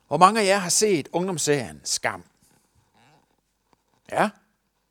Hvor mange af jer har set ungdomsserien Skam? Ja.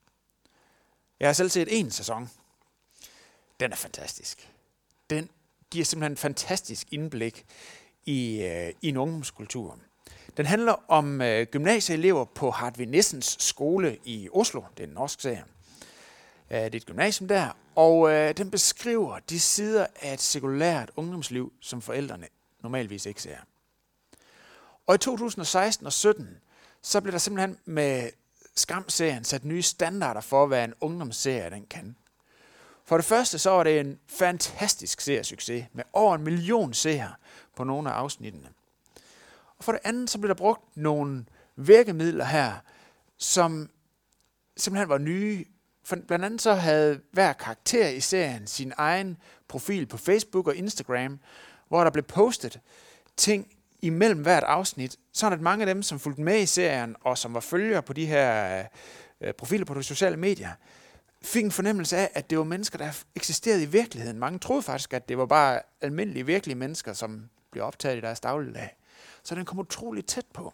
Jeg har selv set en sæson. Den er fantastisk. Den giver simpelthen en fantastisk indblik i en ungdomskultur. Den handler om gymnasieelever på Hartvig Nissens skole i Oslo. Det er en norsk serie. Det er et gymnasium der, og den beskriver de sider af et sekulært ungdomsliv, som forældrene normalvis ikke ser. Og i 2016 og 17, så blev der simpelthen med Skam-serien sat nye standarder for, hvad en ungdomsserie den kan. For det første så var det en fantastisk seriesucces med over 1 million seere på nogle af afsnittene. Og for det andet så blev der brugt nogle virkemidler her, som simpelthen var nye. For blandt andet så havde hver karakter i serien sin egen profil på Facebook og Instagram, hvor der blev postet ting imellem hvert afsnit, sådan at mange af dem, som fulgte med i serien og som var følgere på de her profiler på de sociale medier, fik en fornemmelse af, at det var mennesker, der eksisterede i virkeligheden. Mange troede faktisk, at det var bare almindelige, virkelige mennesker, som blev optaget i deres dagligdag. Så den kom utroligt tæt på.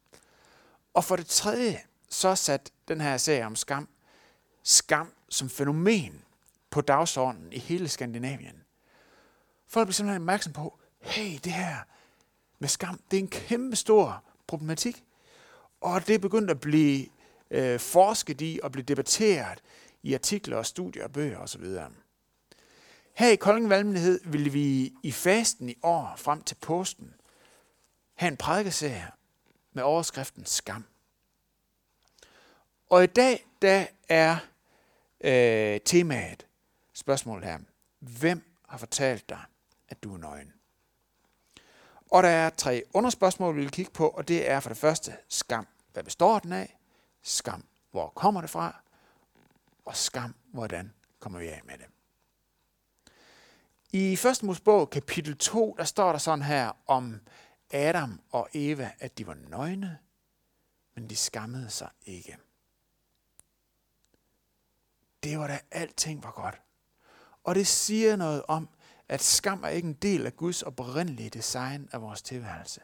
Og for det tredje, så satte den her serie om skam som fænomen på dagsordenen i hele Skandinavien. Folk blev simpelthen opmærksom på, hey, det her med skam, det er en kæmpe stor problematik. Og det er begyndt at blive forsket i og blive debatteret i artikler og studier og bøger osv. Her i Kolding Valgmenighed ville vi i fasten i år frem til påsken have en prædikeserie med overskriften Skam. Og i dag, der er temaet, spørgsmålet her, hvem har fortalt dig, at du er nøgen? Og der er 3 underspørgsmål, vi vil kigge på, og det er for det første skam. Hvad består den af? Skam. Hvor kommer det fra? Og skam. Hvordan kommer vi af med det? I 1. Mosebog, kapitel 2, der står der sådan her om Adam og Eva, at de var nøgne, men de skammede sig ikke. Det var da alting var godt. Og det siger noget om, at skam er ikke en del af Guds oprindelige design af vores tilværelse.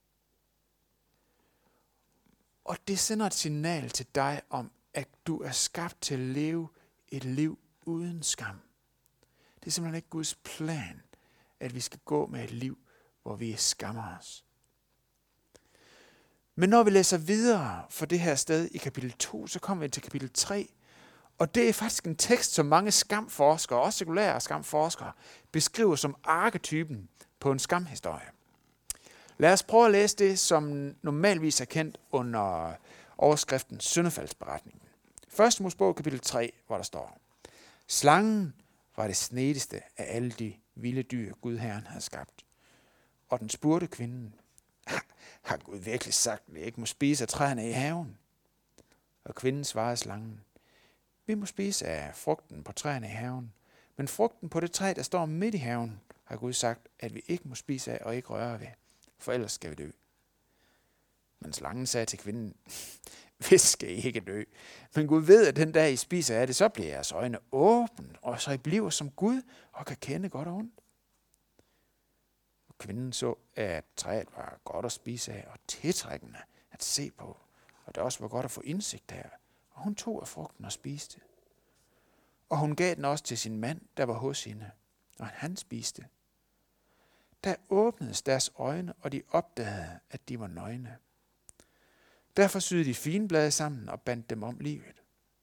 Og det sender et signal til dig om, at du er skabt til at leve et liv uden skam. Det er simpelthen ikke Guds plan, at vi skal gå med et liv, hvor vi skammer os. Men når vi læser videre for det her sted i kapitel 2, så kommer vi til kapitel 3, og det er faktisk en tekst, som mange skamforskere, også sekulære skamforskere, beskriver som arketypen på en skamhistorie. Lad os prøve at læse det, som normalvis er kendt under overskriften Syndefaldsberetningen. 1. Mosebog kapitel 3, hvor der står: Slangen var det snedigste af alle de vilde dyr, Gud Herren havde skabt. Og den spurgte kvinden: Har Gud virkelig sagt, at vi ikke må spise af træerne i haven? Og kvinden svarede slangen: Vi må spise af frugten på træerne i haven, men frugten på det træ, der står midt i haven, har Gud sagt, at vi ikke må spise af og ikke røre ved, for ellers skal vi dø. Men slangen sagde til kvinden: Vi skal ikke dø, men Gud ved, at den dag I spiser af det, så bliver jeres øjne åbne, og så I bliver som Gud og kan kende godt og ondt. Og kvinden så, at træet var godt at spise af og tiltrækkende at se på, og det også var godt at få indsigt af. Og hun tog af frugten og spiste. Og hun gav den også til sin mand, der var hos hende, og han spiste. Der åbnedes deres øjne, og de opdagede, at de var nøgne. Derfor syede de figenblade sammen og bandt dem om livet.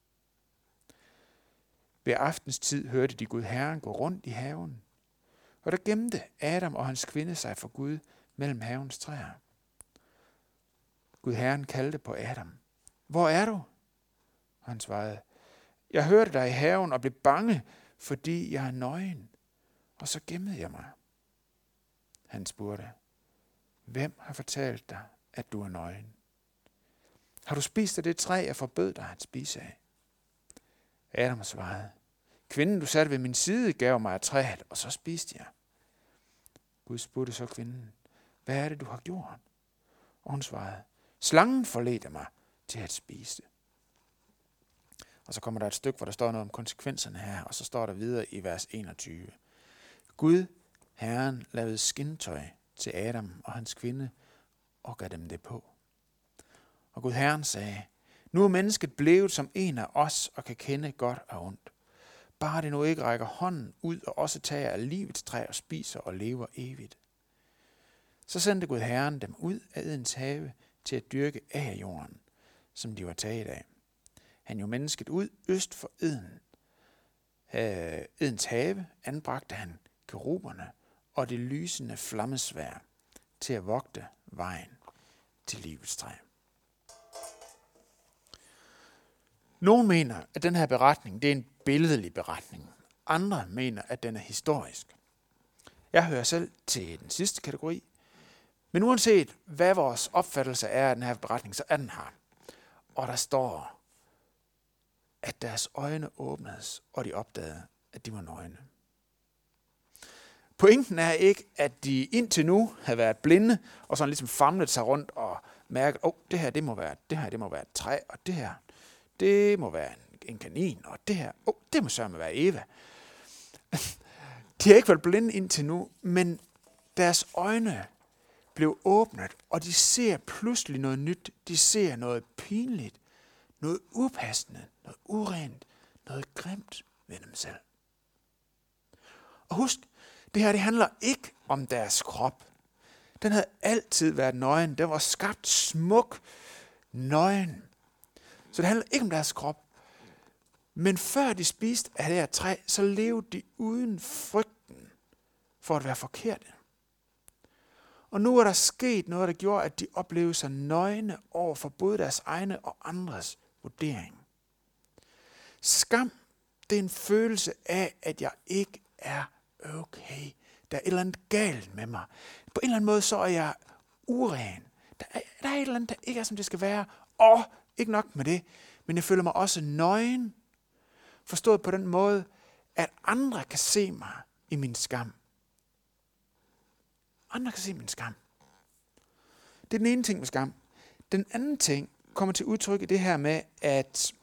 Ved aftenstid hørte de Gud Herren gå rundt i haven, og der gemte Adam og hans kvinde sig for Gud mellem havens træer. Gud Herren kaldte på Adam: Hvor er du? Og han svarede: Jeg hørte dig i haven og blev bange, fordi jeg er nøgen, og så gemmede jeg mig. Han spurgte: Hvem har fortalt dig, at du er nøgen? Har du spist af det træ, jeg forbød dig at spise af? Adam svarede: Kvinden, du satte ved min side, gav mig af træet, og så spiste jeg. Gud spurgte så kvinden: Hvad er det, du har gjort? Og hun svarede: Slangen forledte mig til at spise. Og så kommer der et stykke, hvor der står noget om konsekvenserne her, og så står der videre i vers 21. Gud, Herren, lavede skintøj til Adam og hans kvinde, og gav dem det på. Og Gud Herren sagde, nu er mennesket blevet som en af os og kan kende godt og ondt. Bare det nu ikke rækker hånden ud og også tager af livets træ og spiser og lever evigt. Så sendte Gud Herren dem ud af Edens have til at dyrke af jorden, som de var taget af. Han jo mennesket ud øst for Edens have, anbragte han keruberne og det lysende flammesværd til at vogte vejen til livets træ. Nogle mener, at den her beretning det er en billedlig beretning. Andre mener, at den er historisk. Jeg hører selv til den sidste kategori. Men uanset hvad vores opfattelse er af den her beretning, så er den her. Og der står, at deres øjne åbnedes, og de opdagede, at de var nøgne. Pointen er ikke, at de indtil nu havde været blinde, og sådan ligesom famlet sig rundt og mærket, det her det må være et træ, og det her, det må være en kanin, og det her, det må sørme være Eva. De har ikke været blinde indtil nu, men deres øjne blev åbnet, og de ser pludselig noget nyt. De ser noget pinligt, noget upassende, noget urent, noget grimt ved dem selv. Og husk, det her det handler ikke om deres krop. Den havde altid været nøgen. Den var skabt smuk, nøgen. Så det handler ikke om deres krop. Men før de spiste af det her træ, så levede de uden frygten for at være forkerte. Og nu er der sket noget, der gjorde, at de oplevede sig nøgne over for både deres egne og andres vurdering. Skam, det er en følelse af, at jeg ikke er okay. Der er et eller andet galt med mig. På en eller anden måde, så er jeg uren. Der er et eller andet, der ikke er, som det skal være. Og ikke nok med det, men jeg føler mig også nøgen. Forstået på den måde, at andre kan se mig i min skam. Andre kan se min skam. Det er den ene ting med skam. Den anden ting kommer til udtryk i det her med, at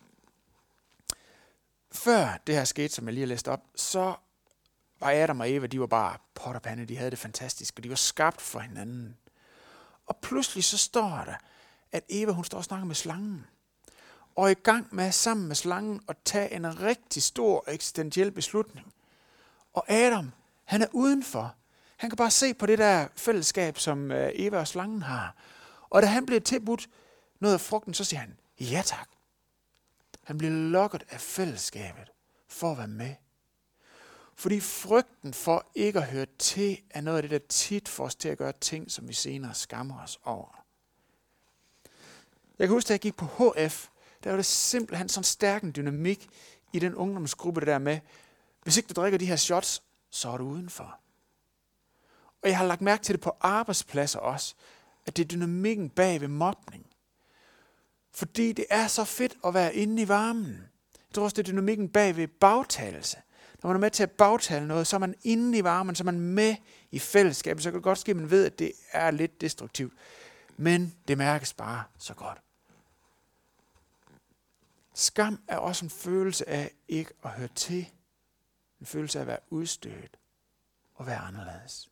før det her skete, som jeg lige har læst op, så var Adam og Eva, de var bare pot og pande, de havde det fantastisk, og de var skabt for hinanden. Og pludselig så står der, at Eva, hun står og snakker med slangen, og er i gang med sammen med slangen at tage en rigtig stor eksistentiel beslutning. Og Adam, han er udenfor. Han kan bare se på det der fællesskab, som Eva og slangen har. Og da han bliver tilbudt noget af frugten, så siger han, ja tak. Han bliver lokket af fællesskabet for at være med. Fordi frygten for ikke at høre til, er noget af det, der tit får os til at gøre ting, som vi senere skammer os over. Jeg kan huske, da jeg gik på HF, der var det simpelthen sådan stærk en dynamik i den ungdomsgruppe, det der med, hvis ikke du drikker de her shots, så er du udenfor. Og jeg har lagt mærke til det på arbejdspladser også, at det er dynamikken bag ved mobning. Fordi det er så fedt at være inde i varmen. Jeg tror også, det er dynamikken bag ved bagtalelse. Når man er med til at bagtale noget, så er man inde i varmen, så er man med i fællesskabet. Så kan det godt ske, at man ved, at det er lidt destruktivt. Men det mærkes bare så godt. Skam er også en følelse af ikke at høre til. En følelse af at være udstødt og være anderledes.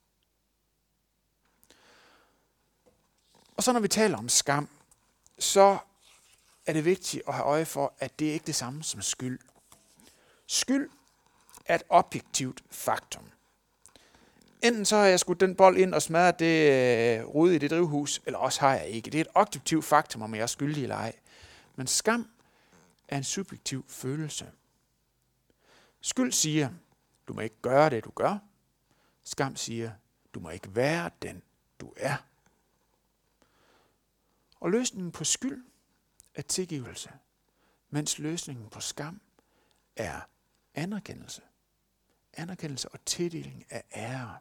Og så når vi taler om skam, så er det vigtigt at have øje for, at det ikke er det samme som skyld. Skyld er et objektivt faktum. Enten så har jeg skudt den bold ind og smadret det rude i det drivhus, eller også har jeg ikke. Det er et objektivt faktum, om jeg er skyldig eller ej. Men skam er en subjektiv følelse. Skyld siger, du må ikke gøre det, du gør. Skam siger, du må ikke være den, du er. Og løsningen på skyld er tilgivelse, mens løsningen på skam er anerkendelse. Anerkendelse og tildeling af ære.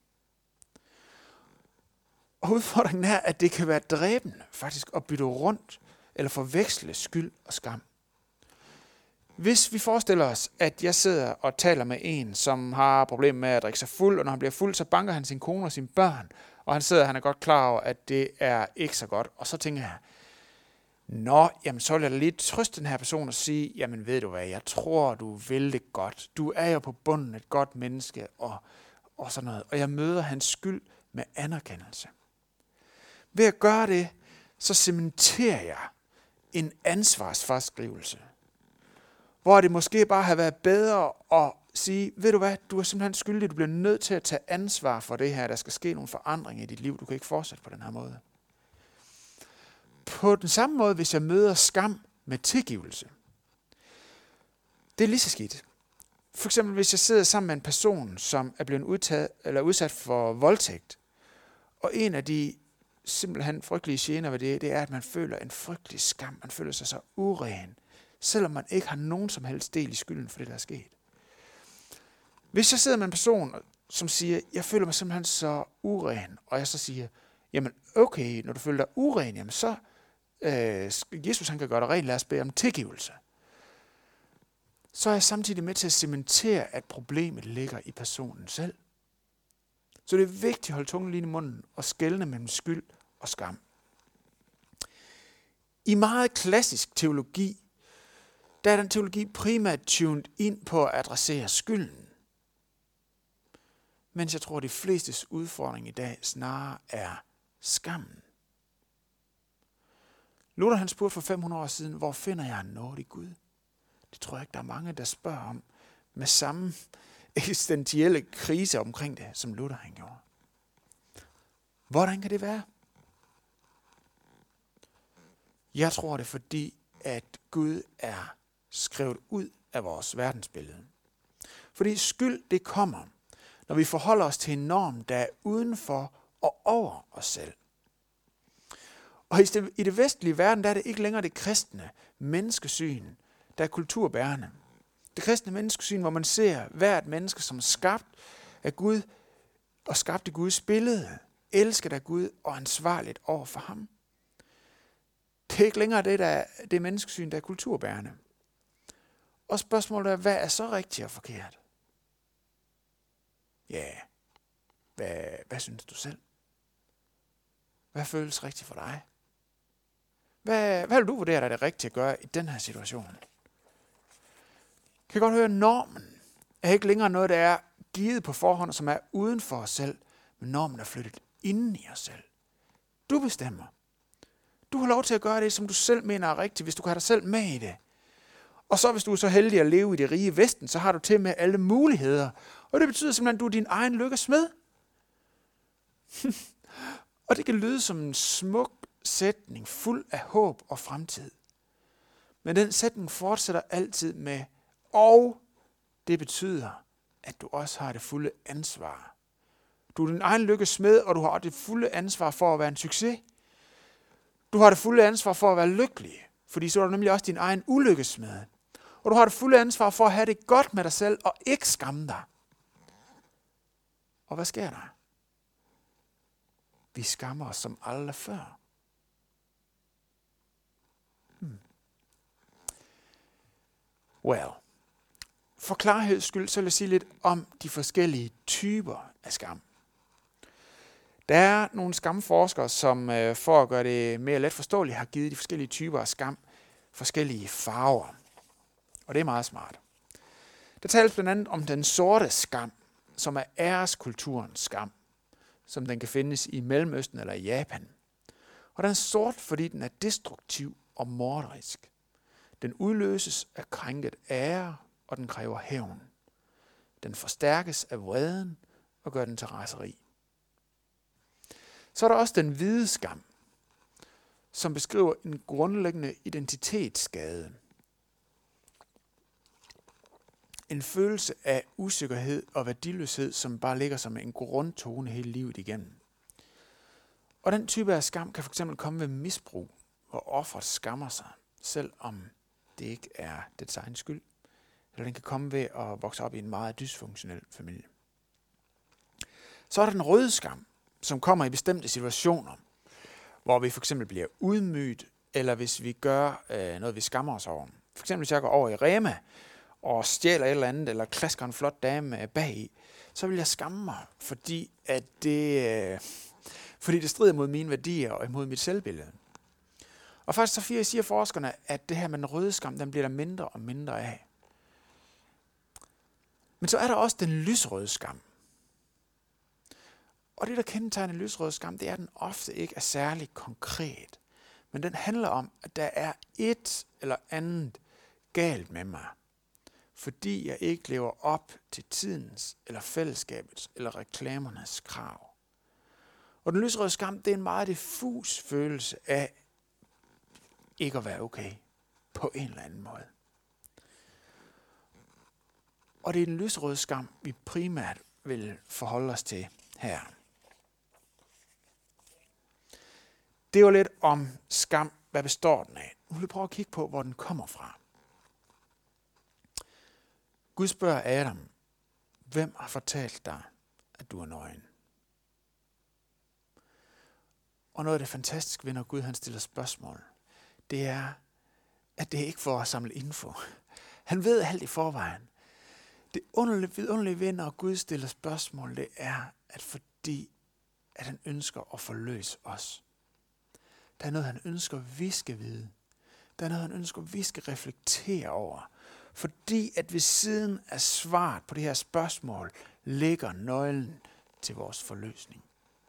Og udfordringen er, at det kan være dræbende faktisk at bytte rundt eller forveksle skyld og skam. Hvis vi forestiller os, at jeg sidder og taler med en, som har problemer med at drikke sig fuld, og når han bliver fuld, så banker han sin kone og sine børn, og han er godt klar over, at det er ikke så godt. Og så tænker jeg, jamen så vil jeg da lige trøste den her person og sige, jamen ved du hvad, jeg tror, du vil det godt. Du er jo på bunden et godt menneske og sådan noget. Og jeg møder hans skyld med anerkendelse. Ved at gøre det, så cementerer jeg en ansvarsfraskrivelse. Hvor det måske bare har været bedre at sige, ved du hvad, du er simpelthen skyldig, du bliver nødt til at tage ansvar for det her, der skal ske nogle forandringer i dit liv, du kan ikke fortsætte på den her måde. På den samme måde, hvis jeg møder skam med tilgivelse, det er lige så skidt. For eksempel, hvis jeg sidder sammen med en person, som er blevet udsat for voldtægt, og en af de simpelthen frygtelige gener ved det er, at man føler en frygtelig skam. Man føler sig så uren, selvom man ikke har nogen som helst del i skylden for det, der er sket. Hvis jeg sidder med en person, som siger, jeg føler mig simpelthen så uren, og jeg så siger, jamen okay, når du føler dig uren, jamen så Jesus han kan gøre dig ren, lad os bede om tilgivelse. Så er jeg samtidig med til at cementere, at problemet ligger i personen selv. Så det er vigtigt at holde tungen lige i munden og skelne mellem skyld og skam. I meget klassisk teologi, der er den teologi primært tuned ind på at adressere skylden. Mens jeg tror, at de flestes udfordring i dag snarere er skammen. Luther han spurgte for 500 år siden, hvor finder jeg en nådig Gud? Det tror jeg ikke, der er mange, der spørger om, med samme eksistentielle krise omkring det, som Luther han gjorde. Hvordan kan det være? Jeg tror det, fordi at Gud er skrevet ud af vores verdensbillede. Fordi skyld, det kommer, når vi forholder os til en norm, der er uden for og over os selv. Og i det vestlige verden, der er det ikke længere det kristne menneskesyn, der er kulturbærende. Det kristne menneskesyn, hvor man ser hvert menneske som skabt af Gud og skabt i Guds billede, elsket af Gud og ansvarligt over for ham. Det er ikke længere det menneskesyn, der er kulturbærende. Og spørgsmålet er, hvad er så rigtigt og forkert? Ja, hvad synes du selv? Hvad føles rigtigt for dig? Hvad vil du vurdere, der er det rigtige at gøre i den her situation? Kan godt høre, at normen er ikke længere noget, der er givet på forhånd, som er uden for os selv, men normen er flyttet inden i os selv. Du bestemmer. Du har lov til at gøre det, som du selv mener er rigtigt, hvis du kan have dig selv med i det. Og så hvis du er så heldig at leve i det rige Vesten, så har du til med alle muligheder. Og det betyder simpelthen, at du er din egen lykkes med. Og det kan lyde som en smuk sætning, fuld af håb og fremtid. Men den sætning fortsætter altid med, og det betyder, at du også har det fulde ansvar. Du er din egen lykkes med, og du har det fulde ansvar for at være en succes. Du har det fulde ansvar for at være lykkelig, fordi så er du nemlig også din egen ulykkes med. Og du har det fulde ansvar for at have det godt med dig selv, og ikke skamme dig. Og hvad sker der? Vi skammer os som aldrig før. Well, for klarheds skyld, så vil jeg sige lidt om de forskellige typer af skam. Der er nogle skamforskere, som for at gøre det mere let forståeligt, har givet de forskellige typer af skam forskellige farver. Og det er meget smart. Der tales blandt andet om den sorte skam, som er æreskulturens skam, som den kan findes i Mellemøsten eller i Japan. Og den er sort, fordi den er destruktiv og morderisk. Den udløses af krænket ære, og den kræver hævn. Den forstærkes af vreden og gør den til raseri. Så er der også den hvide skam, som beskriver en grundlæggende identitetsskade. En følelse af usikkerhed og værdiløshed, som bare ligger som en grundtone hele livet igennem. Og den type af skam kan fx komme ved misbrug, hvor offeret skammer sig, selvom det ikke er dets egen skyld. Eller den kan komme ved at vokse op i en meget dysfunktionel familie. Så er der den røde skam, som kommer i bestemte situationer, hvor vi for eksempel bliver ydmyget, eller hvis vi gør noget, vi skammer os over. For eksempel hvis jeg går over i Rema og stjæler et eller andet, eller klasker en flot dame bagi, så vil jeg skamme mig, fordi det strider mod mine værdier og imod mit selvbillede. Og faktisk så siger forskerne, at det her med den røde skam, den bliver der mindre og mindre af. Men så er der også den lysrøde skam. Og det, der kendetegner lyserød skam, det er, at den ofte ikke er særlig konkret. Men den handler om, at der er et eller andet galt med mig, fordi jeg ikke lever op til tidens, eller fællesskabets, eller reklamernes krav. Og den lyserøde skam, det er en meget diffus følelse af ikke at være okay på en eller anden måde. Og det er den lyserøde skam, vi primært vil forholde os til her. Det var lidt om skam. Hvad består den af? Nu vil vi prøve at kigge på, hvor den kommer fra. Gud spørger Adam, hvem har fortalt dig, at du er nøgen? Og noget af det fantastiske ved, når Gud han stiller spørgsmål, det er, at det ikke for at samle info. Han ved alt i forvejen. Det underlige ved, når Gud stiller spørgsmål, det er, at fordi at han ønsker at forløse os. Der er noget, han ønsker, vi skal vide. Der er noget, han ønsker, vi skal reflektere over. Fordi at ved siden af svaret på det her spørgsmål, ligger nøglen til vores forløsning.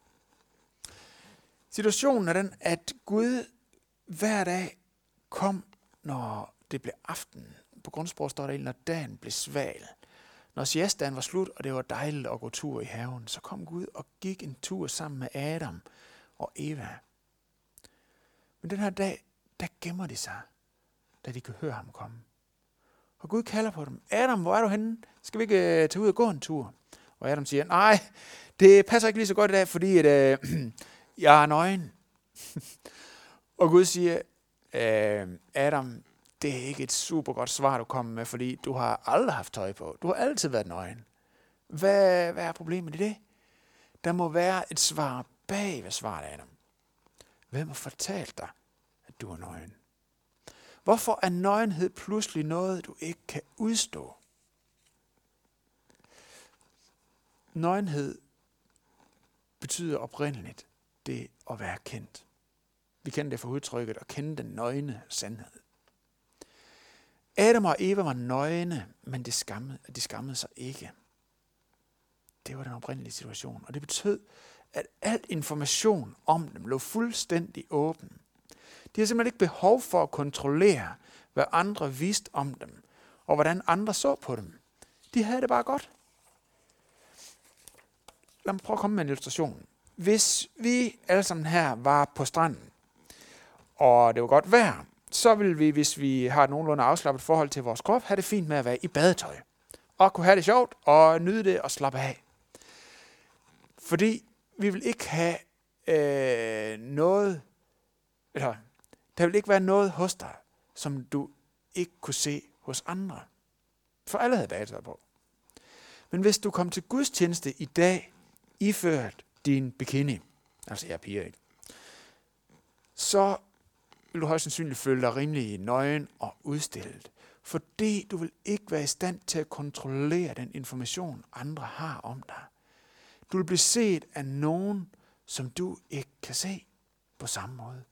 Situationen er den, at Gud hver dag kom, når det blev aften. På grundsprog står der, når dagen blev sval. Når siestaen var slut, og det var dejligt at gå tur i haven, så kom Gud og gik en tur sammen med Adam og Eva. Men den her dag, der gemmer de sig, da de kan høre ham komme. Og Gud kalder på dem. Adam, hvor er du henne? Skal vi ikke tage ud og gå en tur? Og Adam siger, nej, det passer ikke lige så godt i dag, fordi at, jeg er nøgen. Og Gud siger, Adam, det er ikke et super godt svar, du kommer med, fordi du har aldrig haft tøj på. Du har altid været nøgen. Hvad er problemet i det? Der må være et svar bag ved svaret, Adam. Hvem har fortalt dig, at du er nøgen? Hvorfor er nøgenhed pludselig noget, du ikke kan udstå? Nøgenhed betyder oprindeligt det at være kendt. Vi kender det fra udtrykket at kende den nøgne sandhed. Adam og Eva var nøgne, men de skammede sig ikke. Det var den oprindelige situation, og det betød, at al information om dem lå fuldstændig åben. De havde simpelthen ikke behov for at kontrollere, hvad andre vidste om dem, og hvordan andre så på dem. De havde det bare godt. Lad mig prøve at komme med en illustration. Hvis vi alle sammen her var på stranden, og det var godt vejr, så vil vi, hvis vi har et nogenlunde afslappet forhold til vores krop, have det fint med at være i badetøj. Og kunne have det sjovt, og nyde det og slappe af. Fordi vi vil ikke have noget, eller der vil ikke være noget hos dig, som du ikke kunne se hos andre. For alle havde badetøj på. Men hvis du kom til gudstjeneste i dag, iført din bikini, altså jeg er piger, ikke? Så vil du højst sandsynligt føle dig rimelig nøgen og udstillet. Fordi du vil ikke være i stand til at kontrollere den information, andre har om dig. Du vil blive set af nogen, som du ikke kan se på samme måde.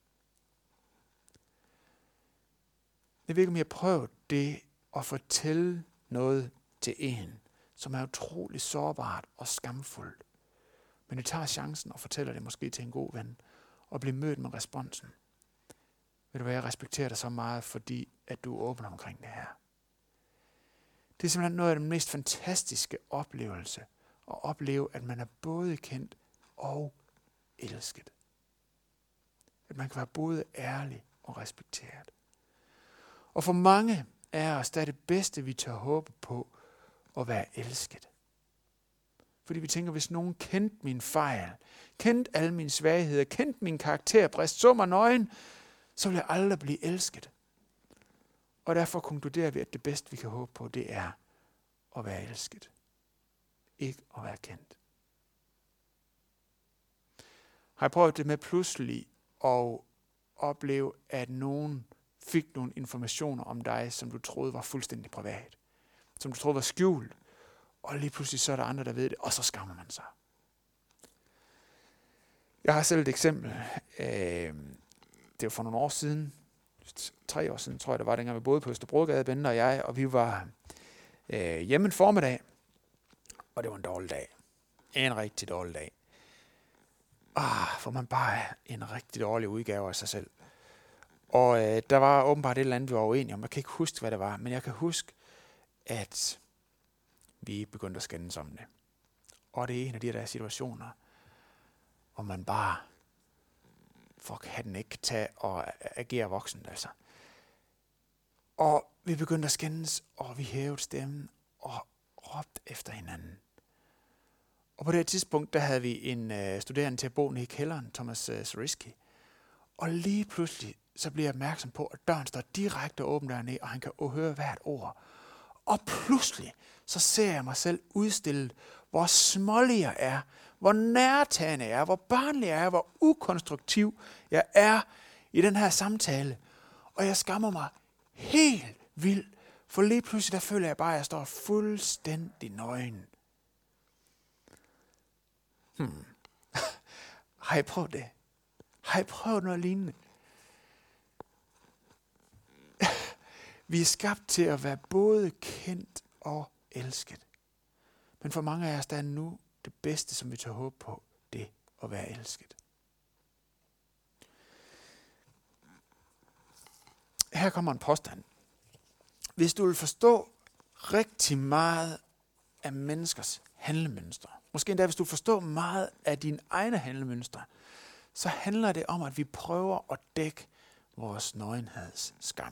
Jeg ved ikke, om jeg har prøvet det at fortælle noget til en, som er utrolig sårbart og skamfuldt. Men det tager chancen og fortæller det måske til en god ven, og bliver mødt med responsen. Ved du hvad, jeg respekterer dig så meget, fordi at du er åben omkring det her. Det er simpelthen noget af den mest fantastiske oplevelse, at opleve, at man er både kendt og elsket. At man kan være både ærlig og respekteret. Og for mange af os, der er det bedste, vi tør håbe på, at være elsket. Fordi vi tænker, hvis nogen kendte min fejl, kendte alle mine svagheder, kendte min karakterbrist, så mig nøgen, så vil jeg aldrig blive elsket. Og derfor konkluderer vi, at det bedste, vi kan håbe på, det er at være elsket. Ikke at være kendt. Har jeg prøvet det med pludselig at opleve, at nogen fik nogle informationer om dig, som du troede var fuldstændig privat. Som du troede var skjult. Og lige pludselig så er der andre, der ved det, og så skammer man sig. Jeg har selv et eksempel. Det var for nogle år siden, 3 år siden, tror jeg det var, dengang vi boede på Østerbrogade, Bente og jeg, og vi var hjemme en formiddag, og det var en dårlig dag. En rigtig dårlig dag. for man bare er en rigtig dårlig udgave af sig selv. Og der var åbenbart et eller andet, vi var uenige om. Jeg kan ikke huske, hvad det var, men jeg kan huske, at vi begyndte at skændes om det. Og det er en af de der situationer, hvor man bare den ikke tage og agere voksen, altså. Og vi begyndte at skændes, og vi hævede stemmen og råbte efter hinanden. Og på det tidspunkt, der havde vi en studerende til at bo nede i kælderen, Thomas Zariski. Og lige pludselig, så bliver jeg opmærksom på, at døren står direkte åben dernede, og han kan høre hvert ord. Og pludselig, så ser jeg mig selv udstillet, hvor smålig jeg er, hvor nærtagende jeg er, hvor barnlig jeg er, hvor ukonstruktiv jeg er i den her samtale. Og jeg skammer mig helt vildt, for lige pludselig, der føler jeg bare, at jeg står fuldstændig nøgen. Har I prøvet det? Har I prøvet noget lignende? Vi er skabt til at være både kendt og elsket. Men for mange af os, der er nu det bedste, som vi tør håbe på, det at være elsket. Her kommer en påstand. Hvis du vil forstå rigtig meget af menneskers handlemønstre, måske endda hvis du forstår meget af dine egne handlemønstre, så handler det om, at vi prøver at dække vores nøgenheds skam.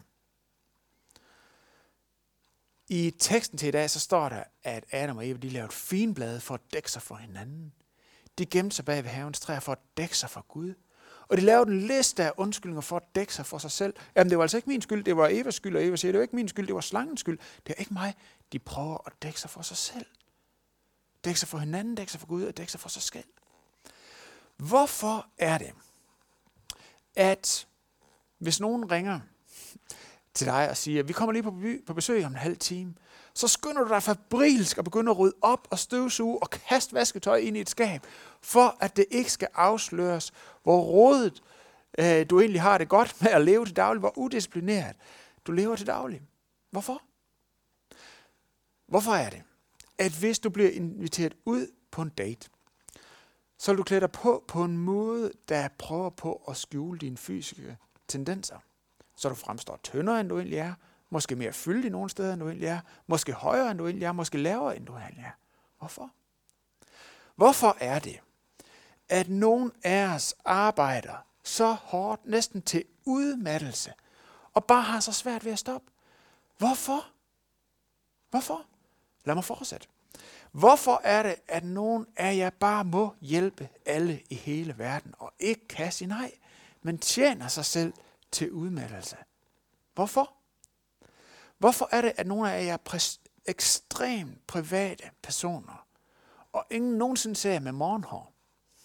I teksten til i dag, så står der, at Adam og Eva, de lavede finblade for at dække sig for hinanden. De gemte sig bag ved havens træer for at dække sig for Gud. Og de lavede en liste af undskyldninger for at dække sig for sig selv. Jamen, det var altså ikke min skyld, det var Evas skyld, og Eva siger, det var ikke min skyld, det var slangens skyld. Det er ikke mig. De prøver at dække sig for sig selv. Dække sig for hinanden, dække sig for Gud, og dække sig for sig selv. Hvorfor er det, at hvis nogen ringer til dig og siger, vi kommer lige på besøg om en halv time, så skynder du dig febrilsk og begynder at rydde op og støvsuge og kaste vasketøj ind i et skab, for at det ikke skal afsløres, hvor rodet du egentlig har det godt med at leve til daglig, hvor udisciplineret du lever til daglig. Hvorfor? Hvorfor er det, at hvis du bliver inviteret ud på en date, så vil du klæde dig på en måde, der prøver på at skjule dine fysiske tendenser. Så du fremstår tyndere, end du egentlig er, måske mere fyldig nogle steder, end du egentlig er, måske højere, end du egentlig er, måske lavere, end du egentlig er. Hvorfor? Hvorfor er det, at nogen af os arbejder så hårdt, næsten til udmattelse, og bare har så svært ved at stoppe? Hvorfor? Hvorfor? Lad mig fortsætte. Hvorfor er det, at nogen af jer bare må hjælpe alle i hele verden, og ikke kan sige nej, men tjener sig selv til udmattelse? Hvorfor? Hvorfor er det, at nogle af jer er ekstremt private personer, og ingen nogensinde ser jer med morgenhår?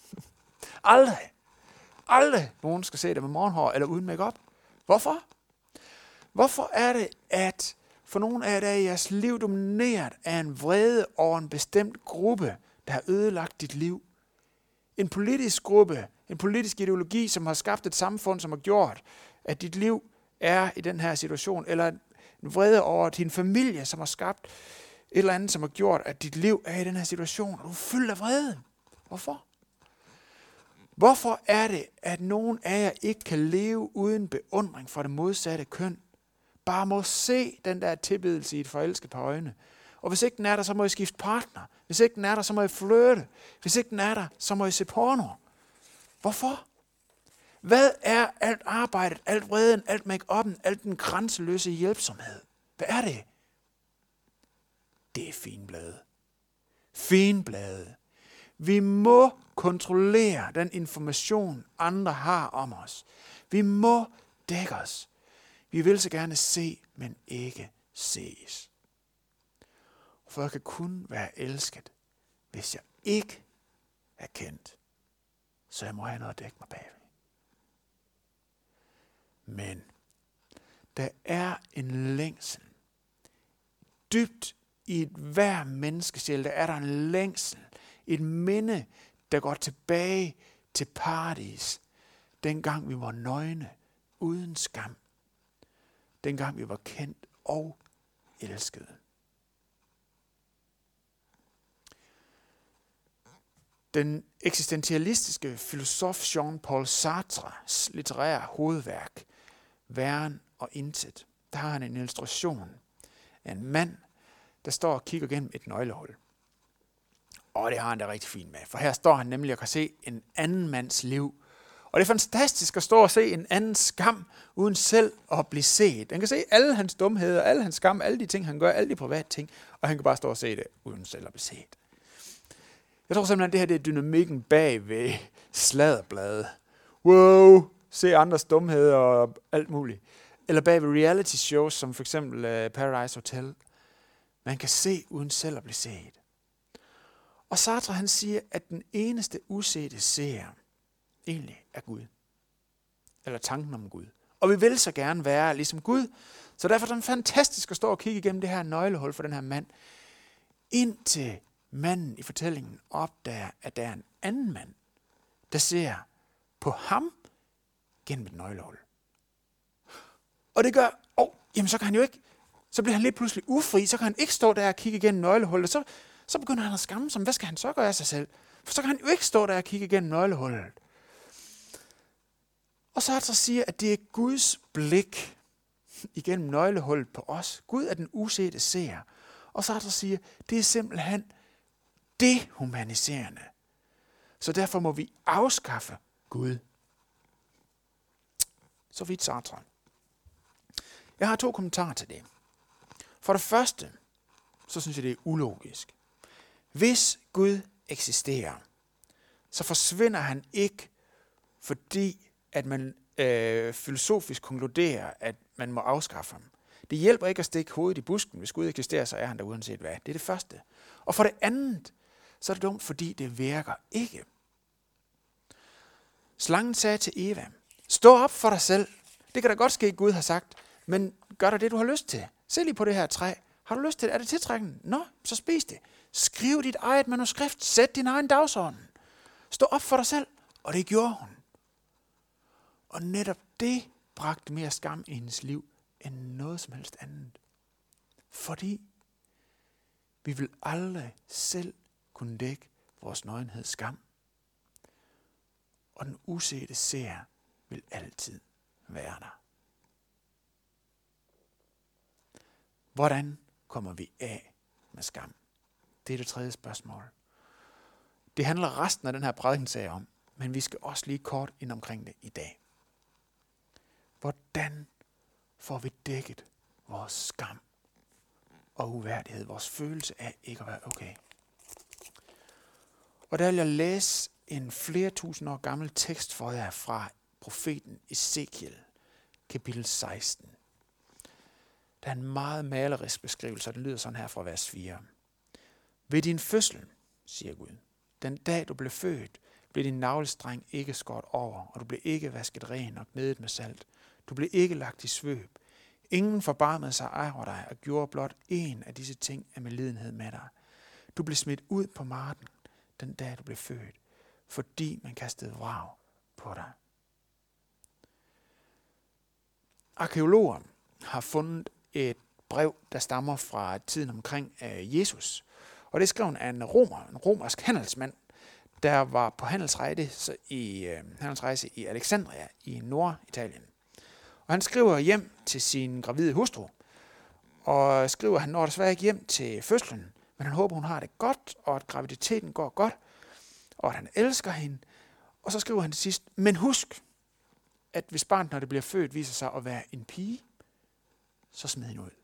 Aldrig nogen skal se dig med morgenhår eller uden makeup. Hvorfor? Hvorfor er det, at for nogle af jer er jeres liv domineret af en vrede over en bestemt gruppe, der har ødelagt dit liv? En politisk gruppe, en politisk ideologi, som har skabt et samfund, som har gjort, at dit liv er i den her situation, eller en vrede over din familie, som har skabt et eller andet, som har gjort, at dit liv er i den her situation, og du er fyldt af vrede. Hvorfor? Hvorfor er det, at nogen af jer ikke kan leve uden beundring for det modsatte køn? Bare må se den der tilbedelse i et forelsket par øjne. Og hvis ikke den er der, så må I skifte partner. Hvis ikke den er der, så må I flirte. Hvis ikke den er der, så må I se porno. Hvorfor? Hvad er alt arbejdet, alt vreden, alt make-up'en, alt den grænseløse hjælpsomhed? Hvad er det? Det er finblade. Finblade. Vi må kontrollere den information, andre har om os. Vi må dække os. Vi vil så gerne se, men ikke ses. For jeg kan kun være elsket, hvis jeg ikke er kendt. Så jeg må have noget at dække mig bagved. Men der er en længsel. Dybt i et hver menneskesjæl, der er der en længsel. Et minde, der går tilbage til paradis. Dengang vi var nøgne, uden skam. Dengang vi var kendt og elskede. Den eksistentialistiske filosof Jean-Paul Sartres litterære hovedværk, Væren og Intet, der har han en illustration af en mand, der står og kigger gennem et nøglehul. Og det har han da rigtig fint med, for her står han nemlig og kan se en anden mands liv. Og det er fantastisk at stå og se en andens skam, uden selv at blive set. Han kan se alle hans dumheder, alle hans skam, alle de ting, han gør, alle de private ting, og han kan bare stå og se det, uden selv at blive set. Jeg tror simpelthen, det her det er dynamikken bag ved sladderbladet. Wow, se andres dumheder og alt muligt. Eller bag ved reality shows, som for eksempel Paradise Hotel. Man kan se uden selv at blive set. Og Sartre han siger, at den eneste usete seer egentlig er Gud. Eller tanken om Gud. Og vi vil så gerne være ligesom Gud. Så derfor er det fantastisk at stå og kigge igennem det her nøglehul for den her mand. Indtil manden i fortællingen opdager, at der er en anden mand, der ser på ham gennem et nøglehul. Og det gør, jamen så kan han jo ikke, så bliver han lidt pludselig ufri, så kan han ikke stå der og kigge igennem nøglehullet, så begynder han at skamme sig. Hvad skal han så gøre af sig selv? For så kan han jo ikke stå der og kigge igennem nøglehullet. Og Sartre siger, at det er Guds blik igennem nøglehullet på os. Gud er den usete seer. Og Sartre siger, det er simpelthen dehumaniserende. Så derfor må vi afskaffe Gud. Så vidt Sartre. Jeg har 2 kommentarer til det. For det første, så synes jeg, det er ulogisk. Hvis Gud eksisterer, så forsvinder han ikke, fordi at man filosofisk konkluderer, at man må afskaffe ham. Det hjælper ikke at stikke hovedet i busken. Hvis Gud eksisterer, så er han der uanset hvad. Det er det første. Og for det andet, så er det dumt, fordi det virker ikke. Slangen sagde til Eva, stå op for dig selv. Det kan da godt ske, at Gud har sagt, men gør dig det, du har lyst til. Se lige på det her træ. Har du lyst til det? Er det tiltrækkende? Nå, så spis det. Skriv dit eget manuskript. Sæt din egen dagsorden. Stå op for dig selv. Og det gjorde hun. Og netop det bragte mere skam i hendes liv, end noget som helst andet. Fordi vi vil aldrig selv kunne dække vores nøgenhed skam. Og den usete seer vil altid være der. Hvordan kommer vi af med skam? Det er det tredje spørgsmål. Det handler resten af den her prædikenserie om, men vi skal også lige kort ind omkring det i dag. Hvordan får vi dækket vores skam og uværdighed, vores følelse af ikke at være okay? Og der vil jeg læse en flere tusind år gammel tekst for jer fra profeten Ezekiel, kapitel 16. Der er en meget malerisk beskrivelse, og den lyder sådan her fra vers 4. Ved din fødsel, siger Gud, den dag du blev født, blev din navlestreng ikke skåret over, og du blev ikke vasket ren og gnedet med salt. Du blev ikke lagt i svøb. Ingen forbarmede sig over dig og gjorde blot en af disse ting af medlidenhed med dig. Du blev smidt ud på marken den dag du blev født, fordi man kastede vrag på dig. Arkæologer har fundet et brev, der stammer fra tiden omkring Jesus. Og det er skrevet af en romersk handelsmand, der var på handelsrejse i Alexandria i Norditalien. Og han skriver hjem til sin gravide hustru, og skriver, at han når desværre ikke hjem til fødslen, men han håber, hun har det godt, og at graviditeten går godt, og at han elsker hende. Og så skriver han til sidst, men husk, at hvis barnet, når det bliver født, viser sig at være en pige, så smid hende ud.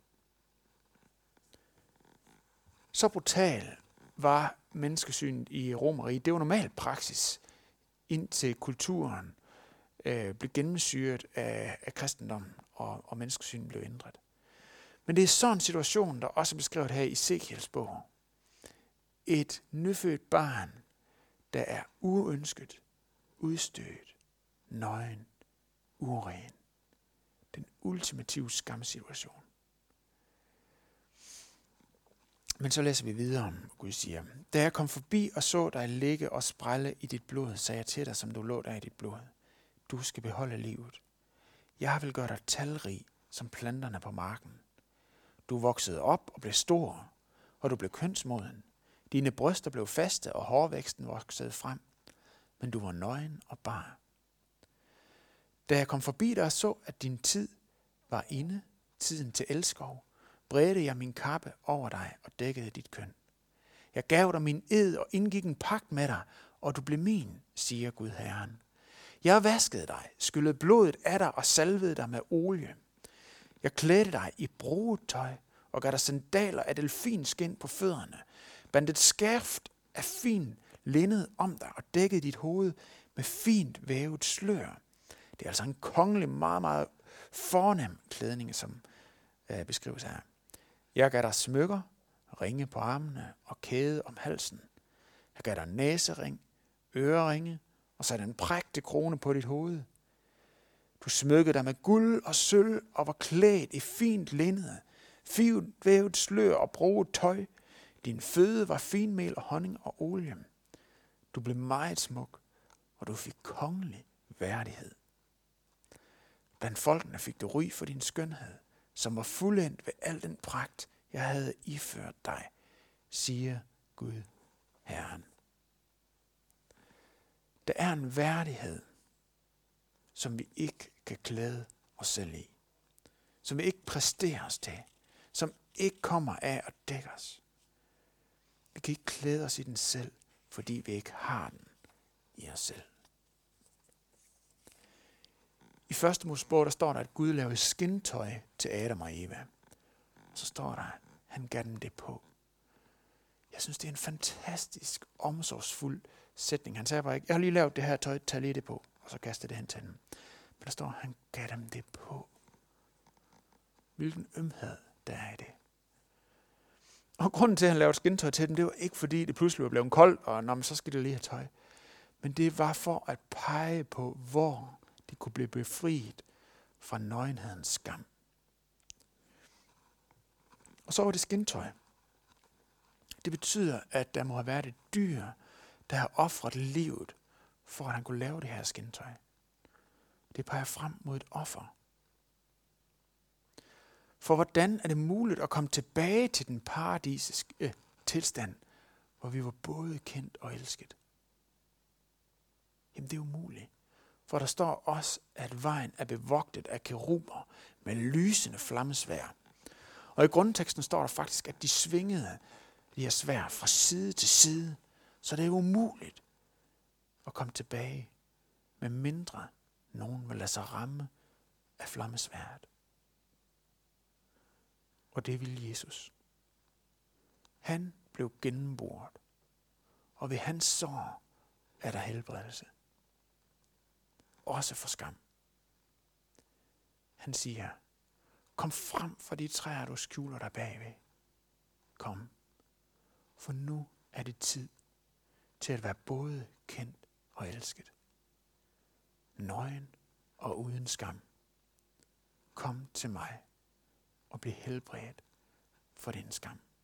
Så brutal var menneskesynet i Romerriget. Det var normal praksis, indtil kulturen blev gennemsyret af kristendommen, og menneskesynet blev ændret. Men det er sådan en situation, der også er beskrevet her i Ezekiels bog. Et nyfødt barn, der er uønsket, udstødt, nøgen, uren. Den ultimative skamsituation. Men så læser vi videre om, Gud siger, da jeg kom forbi og så dig ligge og sprælle i dit blod, sagde jeg til dig, som du lå der i dit blod. Du skal beholde livet. Jeg vil gøre dig talrig som planterne på marken. Du voksede op og blev stor, og du blev kønsmoden. Dine bryster blev faste, og hårvæksten voksede frem, men du var nøgen og bar. Da jeg kom forbi dig og så, at din tid var inde, tiden til elskov, bredte jeg min kappe over dig og dækkede dit køn. Jeg gav dig min ed og indgik en pagt med dig, og du blev min, siger Gud Herren. Jeg vaskede dig, skyllede blodet af dig og salvede dig med olie. Jeg klædte dig i broget tøj og gav dig sandaler af delfinskind på fødderne, bandt et skærft af fin linned om dig og dækkede dit hoved med fint vævet slør. Det er altså en kongelig, meget, meget fornem klædning, som beskrives her. Jeg gav dig smykker, ringe på armene og kæde om halsen. Jeg gav dig næsering, øreringe og satte en prægtig krone på dit hoved. Du smykkede dig med guld og sølv og var klædt i fint linned, fint vævet slør og broget tøj. Din føde var finmel og honning og olie. Du blev meget smuk, og du fik kongelig værdighed. Blandt folkene fik du ry for din skønhed, som var fuldendt ved al den pragt, jeg havde iført dig, siger Gud Herren. Der er en værdighed, som vi ikke kan klæde os selv i, som vi ikke præsterer os til, som ikke kommer af at dække os. Vi kan ikke klæde os i den selv, fordi vi ikke har den i os selv. I første Mosebog, der står der, at Gud lavede skintøj til Adam og Eva. Så står der, at han gav dem det på. Jeg synes, det er en fantastisk, omsorgsfuld sætning. Han sagde bare ikke, jeg har lige lavet det her tøj, tag lige det på, og så kastede det hen til dem. Men der står, at han gav dem det på. Hvilken ømhed der er i det. Og grunden til, at han lavede skintøj til dem, det var ikke fordi, det pludselig var blevet koldt, og så skal det lige have tøj. Men det var for at pege på, hvor de kunne blive befriet fra nøgenhedens skam. Og så var det skintøj. Det betyder, at der må have været et dyr, der har ofret livet, for at han kunne lave det her skintøj. Det peger frem mod et offer. For hvordan er det muligt at komme tilbage til den paradisiske tilstand, hvor vi var både kendt og elsket? Jamen det er umuligt. For der står også, at vejen er bevogtet af keruber med lysende flammesværd. Og i grundteksten står der faktisk, at de svingede de her sværd fra side til side. Så det er umuligt at komme tilbage, med mindre nogen vil lade sig ramme af flammesværdet. Og det ville Jesus. Han blev gennemboret, og ved hans sår er der helbredelse. Også for skam. Han siger, kom frem fra de træer, du skjuler dig bagved. Kom, for nu er det tid til at være både kendt og elsket. Nøgen og uden skam. Kom til mig og bliv helbredt for din skam.